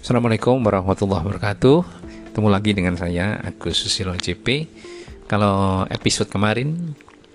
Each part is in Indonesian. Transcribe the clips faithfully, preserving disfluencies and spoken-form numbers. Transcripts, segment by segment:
Assalamualaikum warahmatullahi wabarakatuh. Ketemu lagi dengan saya Agus Susilo J P. Kalau episode kemarin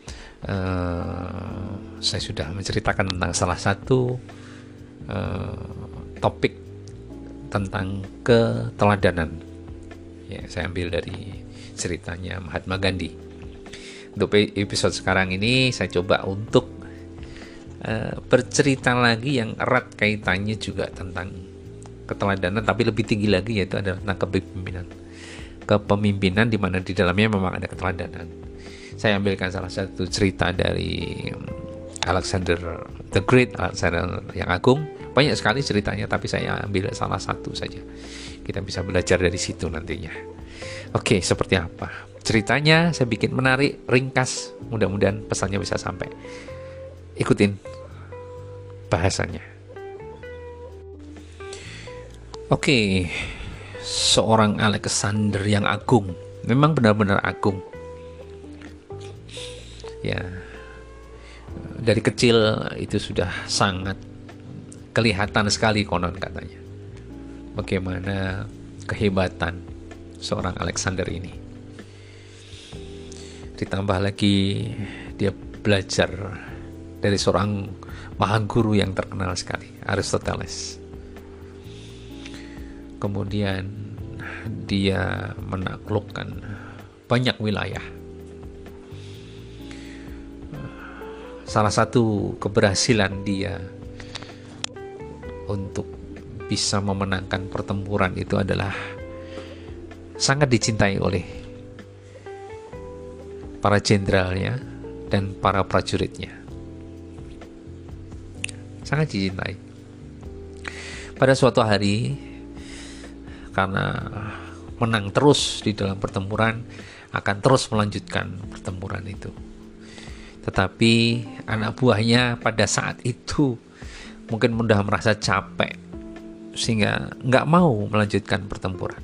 uh, saya sudah menceritakan tentang salah satu uh, topik tentang keteladanan. Ya, saya ambil dari ceritanya Mahatma Gandhi. Untuk episode sekarang ini saya coba untuk uh, bercerita lagi yang erat kaitannya juga tentang keteladanan, tapi lebih tinggi lagi, yaitu adalah tentang kepemimpinan. Kepemimpinan di mana di dalamnya memang ada keteladanan. Saya ambilkan salah satu cerita dari Alexander the Great, Alexander yang Agung. Banyak sekali ceritanya, tapi saya ambil salah satu saja. Kita bisa belajar dari situ nantinya. Oke, seperti apa ceritanya? Saya bikin menarik, ringkas. Mudah-mudahan pesannya bisa sampai. Ikutin bahasanya. Oke, seorang Alexander yang agung, memang benar-benar agung. Ya, dari kecil itu sudah sangat kelihatan sekali konon katanya. Bagaimana kehebatan seorang Alexander ini. Ditambah lagi dia belajar dari seorang mahaguru yang terkenal sekali, Aristoteles. Kemudian dia menaklukkan banyak wilayah. Salah satu keberhasilan dia untuk bisa memenangkan pertempuran itu adalah sangat dicintai oleh para jenderalnya dan para prajuritnya. Sangat dicintai. Pada suatu hari, karena menang terus di dalam pertempuran, akan terus melanjutkan pertempuran itu. Tetapi anak buahnya pada saat itu mungkin mudah merasa capek, sehingga nggak mau melanjutkan pertempuran.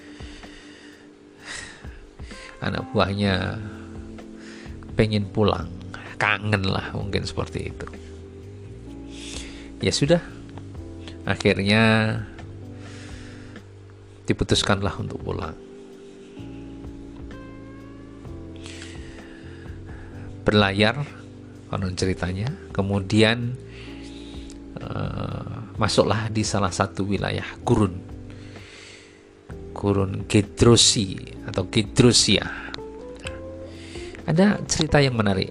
Anak buahnya pengen pulang, kangen lah mungkin seperti itu. Ya sudah, akhirnya diputuskanlah untuk pulang. Berlayar konon ceritanya, kemudian uh, masuklah di salah satu wilayah gurun, gurun Gedrosi atau Gedrosia. Ada cerita yang menarik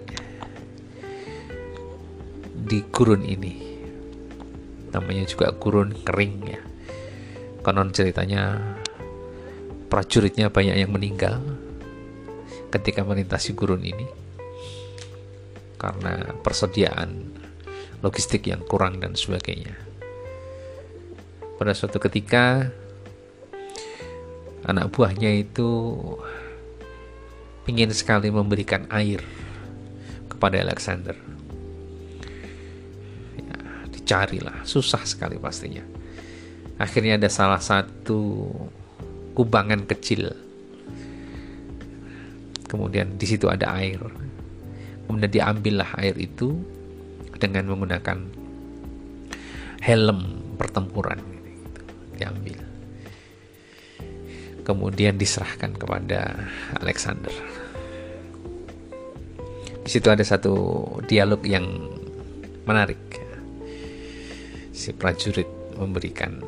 di gurun ini, namanya juga gurun kering ya. Konon ceritanya prajuritnya banyak yang meninggal ketika melintasi gurun ini karena persediaan logistik yang kurang dan sebagainya. Pada suatu ketika anak buahnya itu ingin sekali memberikan air kepada Alexander. Ya, dicarilah, susah sekali pastinya. Akhirnya ada salah satu kubangan kecil. Kemudian di situ ada air. Kemudian diambillah air itu dengan menggunakan helm pertempuran. Diambil. Kemudian diserahkan kepada Alexander. Di situ ada satu dialog yang menarik. Si prajurit memberikan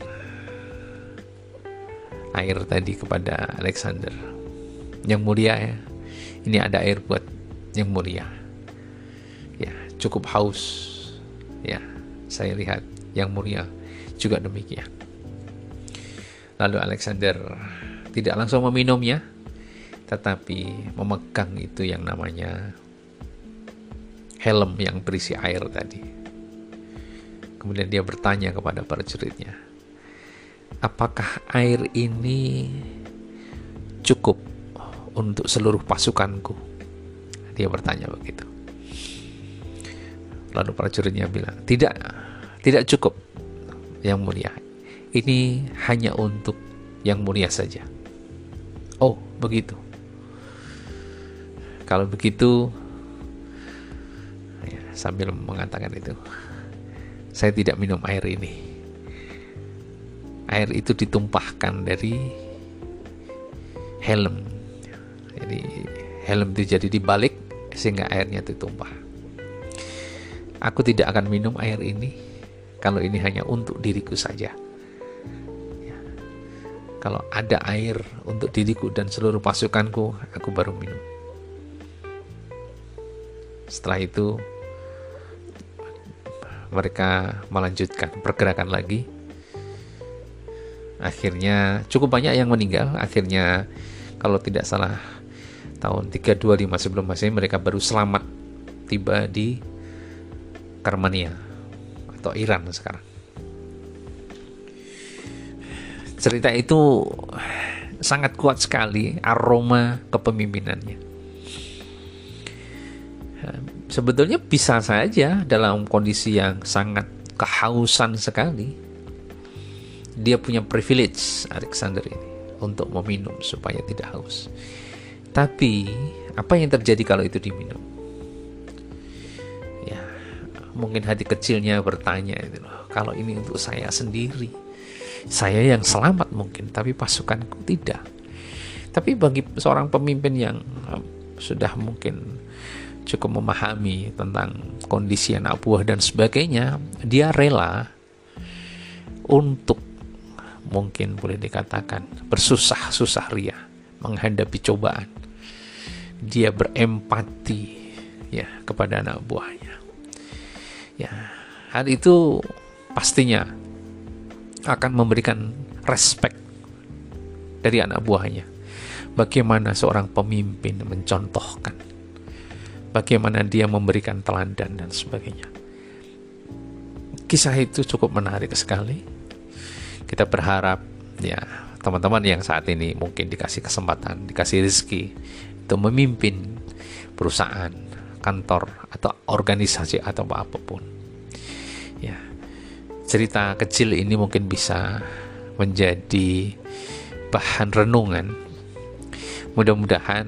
air tadi kepada Alexander. Yang mulia ya, ini ada air buat yang mulia. Ya, cukup haus. Ya, saya lihat yang mulia juga demikian. Lalu Alexander tidak langsung meminumnya, tetapi memegang itu yang namanya helm yang berisi air tadi. Kemudian dia bertanya kepada prajuritnya, apakah air ini cukup untuk seluruh pasukanku? Dia bertanya begitu. Lalu prajuritnya bilang, tidak, tidak cukup yang mulia. Ini hanya untuk yang mulia saja. Oh, begitu. Kalau begitu, ya, sambil mengatakan itu, saya tidak minum air ini. air itu ditumpahkan dari helm. Jadi helm itu jadi dibalik sehingga airnya itu tumpah. Aku tidak akan minum air ini kalau ini hanya untuk diriku saja. Ya. Kalau ada air untuk diriku dan seluruh pasukanku, aku baru minum. Setelah itu mereka melanjutkan pergerakan lagi. Akhirnya cukup banyak yang meninggal. Akhirnya kalau tidak salah tahun tiga dua lima sebelum Masehi mereka baru selamat tiba di Karmania atau Iran sekarang. Cerita itu sangat kuat sekali aroma kepemimpinannya. Sebetulnya bisa saja dalam kondisi yang sangat kehausan sekali, dia punya privilege Alexander ini untuk meminum supaya tidak haus. Tapi apa yang terjadi kalau itu diminum? Ya, mungkin hati kecilnya bertanya itu loh, kalau ini untuk saya sendiri, saya yang selamat mungkin, tapi pasukanku tidak. Tapi bagi seorang pemimpin yang sudah mungkin cukup memahami tentang kondisi anak buah dan sebagainya, dia rela untuk mungkin boleh dikatakan bersusah-susah ria menghadapi cobaan. Dia berempati ya kepada anak buahnya. Ya, hal itu pastinya akan memberikan respect dari anak buahnya. Bagaimana seorang pemimpin mencontohkan, bagaimana dia memberikan teladan dan sebagainya. Kisah itu cukup menarik sekali. Kita berharap ya teman-teman yang saat ini mungkin dikasih kesempatan, dikasih rezeki untuk memimpin perusahaan, kantor atau organisasi atau apapun. Ya, cerita kecil ini mungkin bisa menjadi bahan renungan. Mudah-mudahan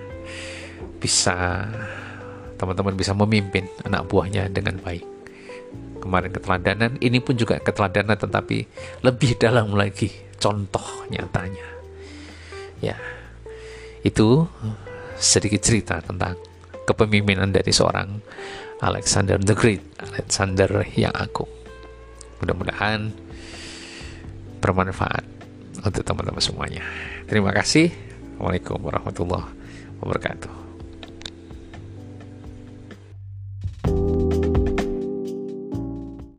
bisa teman-teman bisa memimpin anak buahnya dengan baik. Kemarin keteladanan, ini pun juga keteladanan tetapi lebih dalam lagi contoh nyatanya. Ya, itu sedikit cerita tentang kepemimpinan dari seorang Alexander the Great, Alexander yang agung. Mudah-mudahan bermanfaat untuk teman-teman semuanya. Terima kasih. Assalamualaikum warahmatullahi wabarakatuh.